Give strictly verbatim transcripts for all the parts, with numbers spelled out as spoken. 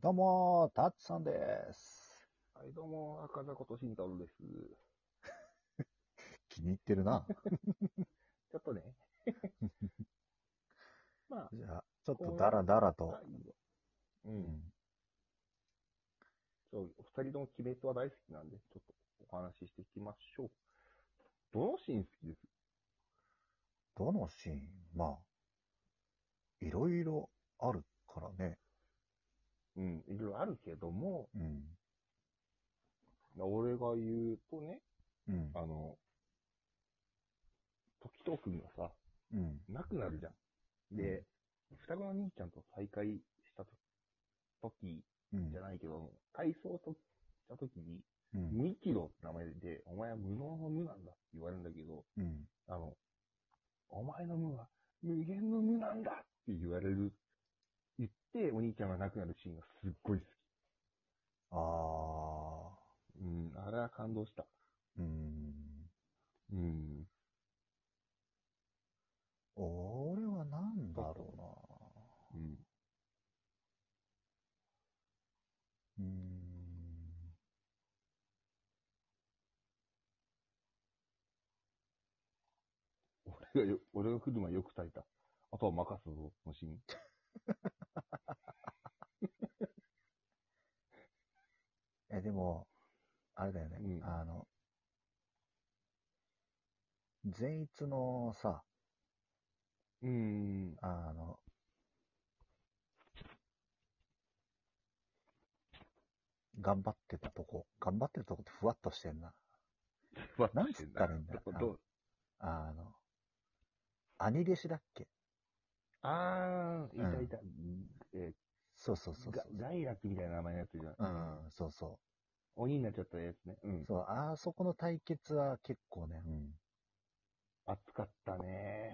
どうもー、タッツさんです。 はい、どうも、赤坂と慎太郎です。 気に入ってるな。 ちょっとね、まあ、 じゃあ、ちょっとこダラダラと。 の回は、うん、 うん。 そう、お二人とも鬼滅は大好きなんで、ちょっとお話ししていきましょう。どのシーン好きです？ どのシーンまあ、いろいろあるからね。 うん、いろいろあるけども、 うん。 俺が言うとね、 うん。 あの、時藤くんがさ、 うん。 亡くなるじゃん。 うん。 で、双子の兄ちゃんと再会した時うん。 じゃないけど、体操とした時に、 うん。 無一郎って名前で、お前は無能の無なんだって言われるんだけど、 うん。 あの、お前の無は無限の無なんだって言われる、言って、お兄ちゃんが亡くなるシーンがすっごい好き。 あー。 うん、あれは感動した。 うーん。 うん。 俺はなんだちょっと、 ろうん。 うな。うーん。 俺がよ、俺が来る前よく炊いた。あとは任すぞ、のシーン。 え、でも、あれだよね。 うん。 あの、善逸のさ、 うーん。 あの、頑張ってたとこ。頑張ってるとこってふわっとしてんな。 ふわっとなんつっしてんな。 たらいいんだ。 ど、 あの、 ど、 あの、兄弟子だっけ？ あー、 うん。 いたいた。えそうそうそうー、が、 そう。 ガイラクみたいな名前のやつじゃん。 ううん。 ん、そうそ鬼になっちゃったやつね。うう。 ん。 そう、あそこの対決は結構ね、うん。 熱かったね。 うん。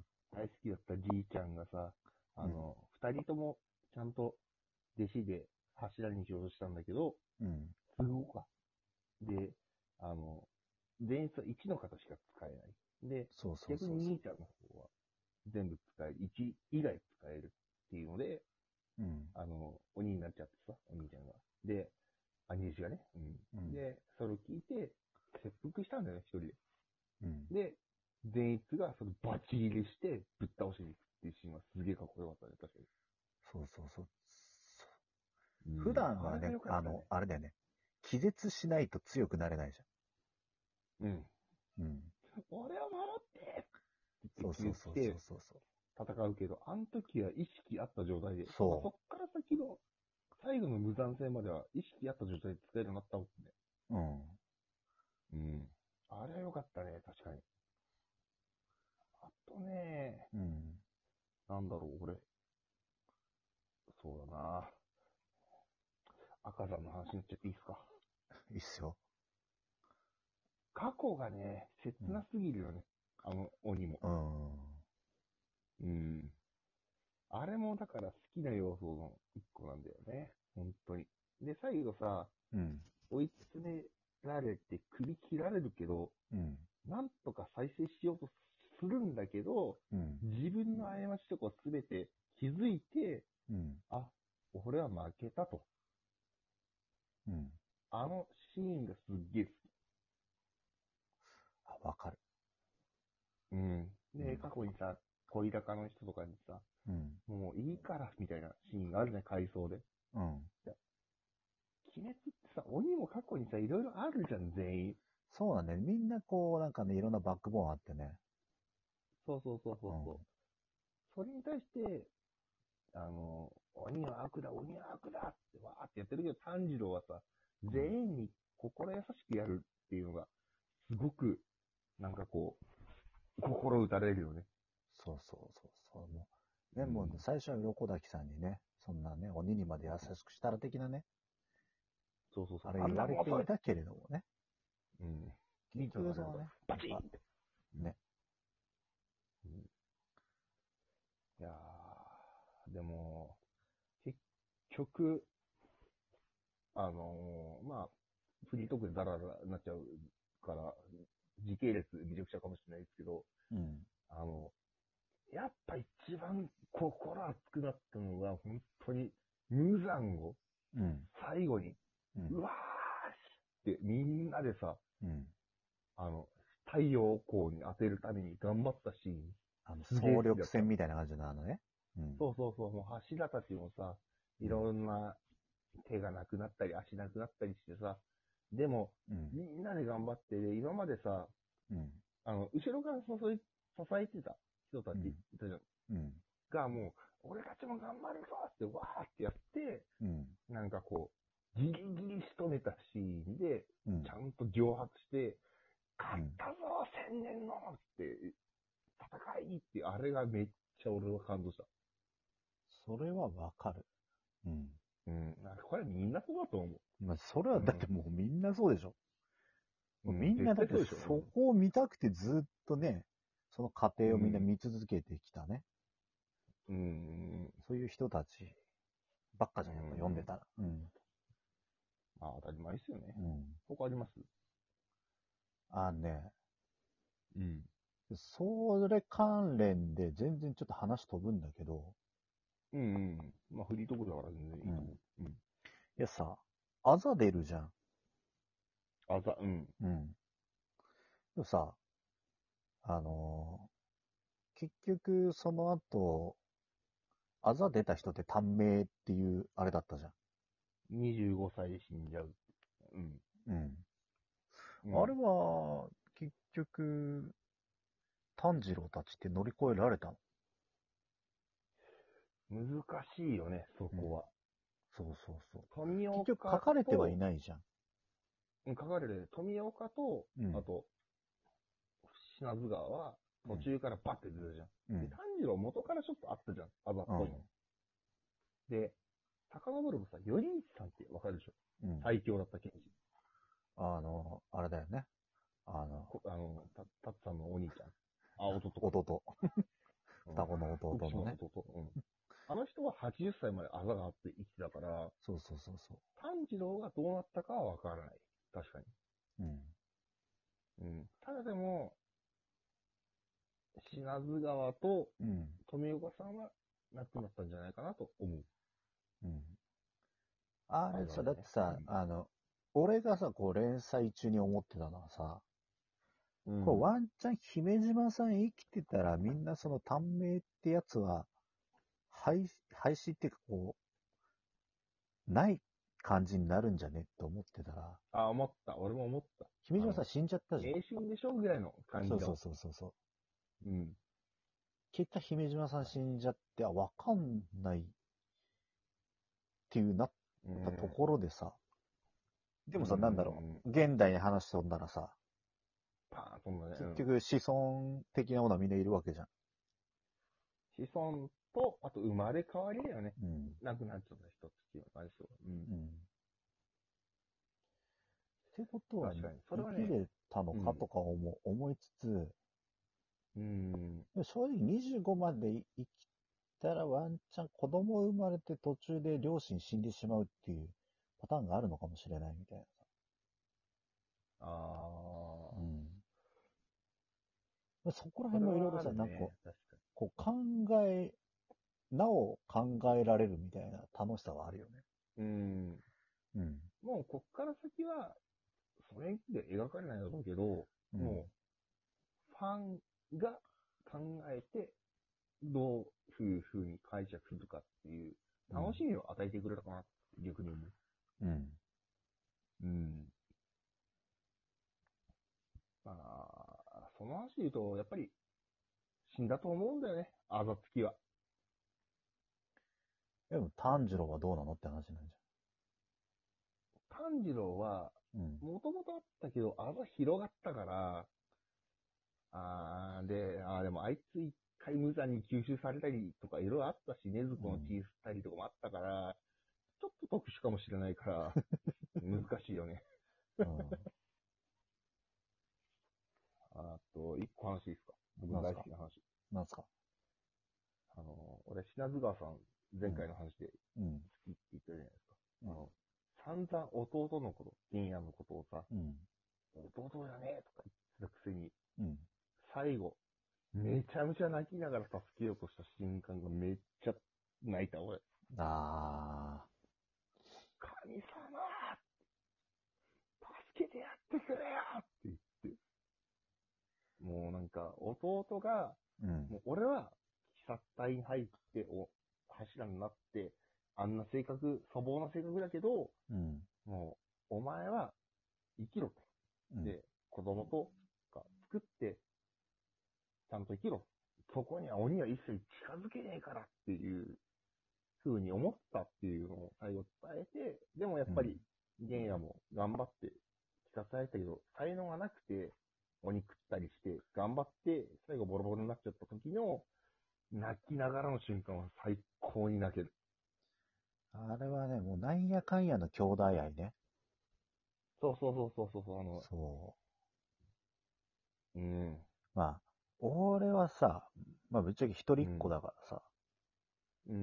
大好きだったじいちゃんがさ、 うん。 あの、二人ともちゃんと弟子で柱にしようとしたんだけど、 うん。 都合か。で、あの、前室はいちの方しか使えない。で、 そうそう逆そうそに兄ちゃんの方は全部使える。いち以外使えるっていうので、 う。うん。 あの、鬼になっちゃってさ、お兄ちゃんが。で、兄弟子がね。ううん。 ん。で、それを聞いて、切腹したんだよね、一人で。 うん。 で、善逸がそれバチ切れしてぶっ倒しに行くっていうシーンはすげえかっこよかったね、確かに。 そうそうそう。 うん。 普段あれがはね、 良かったね。 あの、あれだよね。気絶しないと強くなれないじうん。 ゃん。うん。 俺を守ってってそう言っそうそうそうてそうそう。 戦うけど、あの時は意識あった状態で、まあ、そそっから先の最後の無残戦までは意識あった状態で使えるようになったもんね。 う。うん。 うん。あれは良かったね、確かに。あとね、 うん。 なんだろう、俺。そうだな。赤座の話になっちゃっていいですか？ いいっすよ。 過去がね、切うん。 なすぎるよね。あの鬼も。 うん。 うん。あれもだから好きな要素の一個なんだよね。本当に。で、最後さ、 うん。 追い詰められて首切られるけど、 うん。 なんとか再生しようとするんだけど、 うん。 自分の過ちとかすべて気づいて、 うん。 あ、俺は負けたと。 うん。 あのシーンがすっげえ好き。 あ、わかる。 うん。で、 うん。 過去にさ、恋高の人とかにさ、 うん。 もういいから、みたいなシーンがあるね、回想で。 うん。 鬼滅ってさ、鬼も過去にさ、いろいろあるじゃん、全員。 そうなんだよ。みんなこう、なんかね、いろんなバックボーンあってね。 そうそうそううん。 そうそう。それに対して、あの、鬼は悪だ、鬼は悪だってわーってやってるけど、炭治郎はさ、 うん。 全員に心優しくやるっていうのが、すごく、なんかこう、心打たれるよね。 そうそうそうそう。もう、ね、もううん。 最初は鱗滝さんにね、そんなね、鬼にまで優しくしたら的なね、 そうそうそう。 あれあんな言われてもん遅い。 いたけれどもね、 うん。 結兄ちゃんがあれだと、 局そのね、やっぱ、 バチンって。 ね、 うん。いやー、でも、結局、あのーまあ、フリートークでダラダラになっちゃうから、時系列めちゃくちゃかもしれないですけど、 うん、 あの、やっぱ一番心熱くなったのは、本当に、無残を。 うん。 最後に、 うん。 うわーってみんなでさ、 うん。 あの、太陽光に当てるために頑張ったシーン。 あの、 すげえ総好きだった力戦みたいな感じのあのね。うん。 そうそうそう、もう柱たちもさ、いろんな手がなくなったり足なくなったりしてさ、でも、 うん。 みんなで頑張って、で今までさ、 うん。 あの、後ろから支え、支えてた人たちいたじゃん。 うん。 が、もう、俺たちも頑張るぞってわーってやって、 うん。 なんかこう、ギリギリ仕留めたシーンで、 うん。 ちゃんと蒸発して、勝うんったぞ千年のって、戦いって、あれがめっちゃ俺は感動した。 それはわかる。うん。 うん。なんかこれみんなそうだと思まあ、それはだってもうみんなそうでしょ。 う。うん、 みんなだって絶対そうでしょ。 そこを見たくてずっとね、その過程をみんなうん見続けてきたね。 うん。 そういう人たちばっかじゃん、やっぱ読んでたら。うん。 まあ当たり前ですよね。 うん。 他ありますあのね、 うん。 それ関連で全然ちょっと話飛ぶんだけど、 うんうん。まあフリートークだから全然いいと思う。うん。 いやさ、あざ出るじゃん。 あざ、うん。 うん。でもさ、あのー結局その後、あざ出た人って短命っていうあれだったじゃん。 にじゅうごさいで死んじゃう。うん。 うん。 うんあれは、結局、炭治郎たちって乗り越えられたの？ 難しいよね、そこは。 そうそうそう。 富岡と、 結局書かれてはいないじゃん。 うん書かれる。富岡と、 うんあと、品津川は途中からバッて出たじゃん。 うん。 で、炭治郎元からちょっとあったじゃん。あざっうんぽいの。で、遡るとさ、頼一さんってわかるでしょうん。 最強だった剣士。 あの、あれだよね。あの、 こあの、た、たっさんのお兄ちゃん。あ、弟か。 弟。 うん双子の弟福島のね。 弟。うん。あの人ははちじゅっさいまであざがあって生きてたから、 そうそうそうそ炭治郎がどうなったかはわからない。確かに。 う。うん。 うん。ただでも、品津川とうん。 富岡さんは亡くなったんじゃないかなと思う。 うん。あれさ、 あざでねだってさ、あの、俺がさ、こう連載中に思ってたのはさ、 うん。 これワンチャン姫島さん生きてたらみんなその短命ってやつは、廃、廃止っていうかこう、ない感じになるんじゃねって思ってたら、 あ、思った。俺も思った。 姫島さん死んじゃったじゃん。 迷信でしょぐらいの感じの。 そうそうそうそうそう。 うん。 結果姫島さん死んじゃって、あ、わかんないっていうなったところでさ、でもさ、 うんなんだろう、現代に話しとんだらさ、 パーンとんだね。 結局子孫的なものはみんないるわけじゃん。 子孫と、あと生まれ変わりだよね。 うん。 亡くなっちゃった人っていう感じですよ。うん。 うん。ってことは、 確かにそれはね生きれたのかとか思,、思いつつ、 うん。 でも正直にじゅうごまで生きたらワンチャン子供生まれて途中で両親死んでしまうっていうパターンがあるのかもしれないみたいなさ。 ああ。 うん。そこら辺もいろいろさ、なんか、 確かこう考え、なお考えられるみたいな楽しさはあるよね。 に。うん。 うん。 もうこっから先は、それで描かれないだろうけど、 うん、 もう、ファンが考えて、どういう風に解釈するかっていう、楽しみを与えてくれたかなって逆に思う。 うん。 うん。まあ、その話で言うと、やっぱり、死んだと思うんだよね、あざつきは。 でも炭治郎はどうなのって話なんじ炭治郎は、 ゃん。うん。 もともとあったけど、あざ広がったから、あーで、あーでもあいつ一回無残に吸収されたりとかいろいろあったし、禰豆子の血吸ったりとかもあったから、ちょっと特殊かもしれないから、難しいよね。 うん。 あと、一個話いいですか？僕の大好きな話。 なんすか？ あの、俺、品津川さん、前回の話でうん。 好きって言ったじゃないですか。 うんあの、散々弟のこと、銀也のことをさ、 うん。 弟だねとか言ってたくせに、 うん。 最後、めちゃめちゃ泣きながら助けようとした瞬間がめっちゃ泣いた、俺。 あ神様助けてやってくれよって言って、もうなんか、弟が、 うん。 もう俺は、騎殺隊に入って、お、柱になって、あんな性格、粗暴な性格だけど、 うん。 もう、お前は生きろと。 うん。 で、子供とか作って、ちゃんと生きろ。そこには鬼は一切近づけねえからっていう風に思ったっていうのを最後伝えて、でもやっぱり、玄也も頑張って聞かされたけど、才能がなくて、鬼食ったりして、頑張って、最後ボロボロになっちゃった時の、泣きながらの瞬間は最高に泣ける。 あれはね、もうなんやかんやの兄弟愛ね。 そうそうそうそうそう、あの、 そうん。 う。まあ、俺はさ、まあぶっちゃけ一人っ子だからさ、 うん。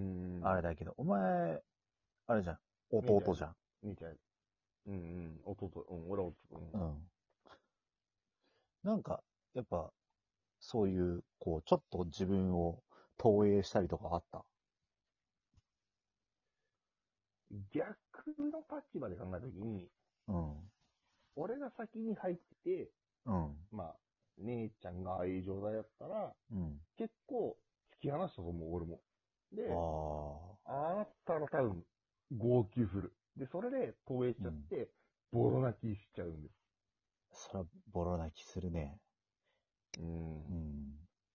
あれだけど、お前、あれじゃん、 兄ちゃん、 弟じゃん。 兄ちゃん、うんうん、弟、うん、俺は弟、うん。 うん。なんか、やっぱ、そういう、こう、ちょっと自分を投影したりとかあった？ 逆の立場で考えたときに、 うん。 俺が先に入ってて、 うん。 まあ、姉ちゃんがああいう状態だったら、 うん。 結構突き放したと思う、俺も。 あで、 あ。 ああったら多分、号泣する。で、それで投影しちゃっうん。 て、ボロ泣きしちゃうんです。 そら、ボロ泣きするね。 うん。 うん。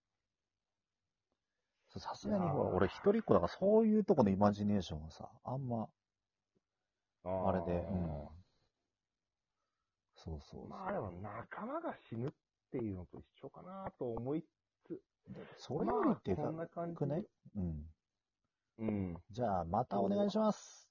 そうさすいやがにほら、俺一ー、 人っ子だからそういうとこのイマジネーションはさ、あんま、 ああれで、うん。 ー、 そうそうまあでもそ仲間が死ぬっていうのと一緒かなと思いつつ、 う。でそれよりってか、 まあこんな感じで、 くね。うん。 うん。 じゃあ、またお願いします。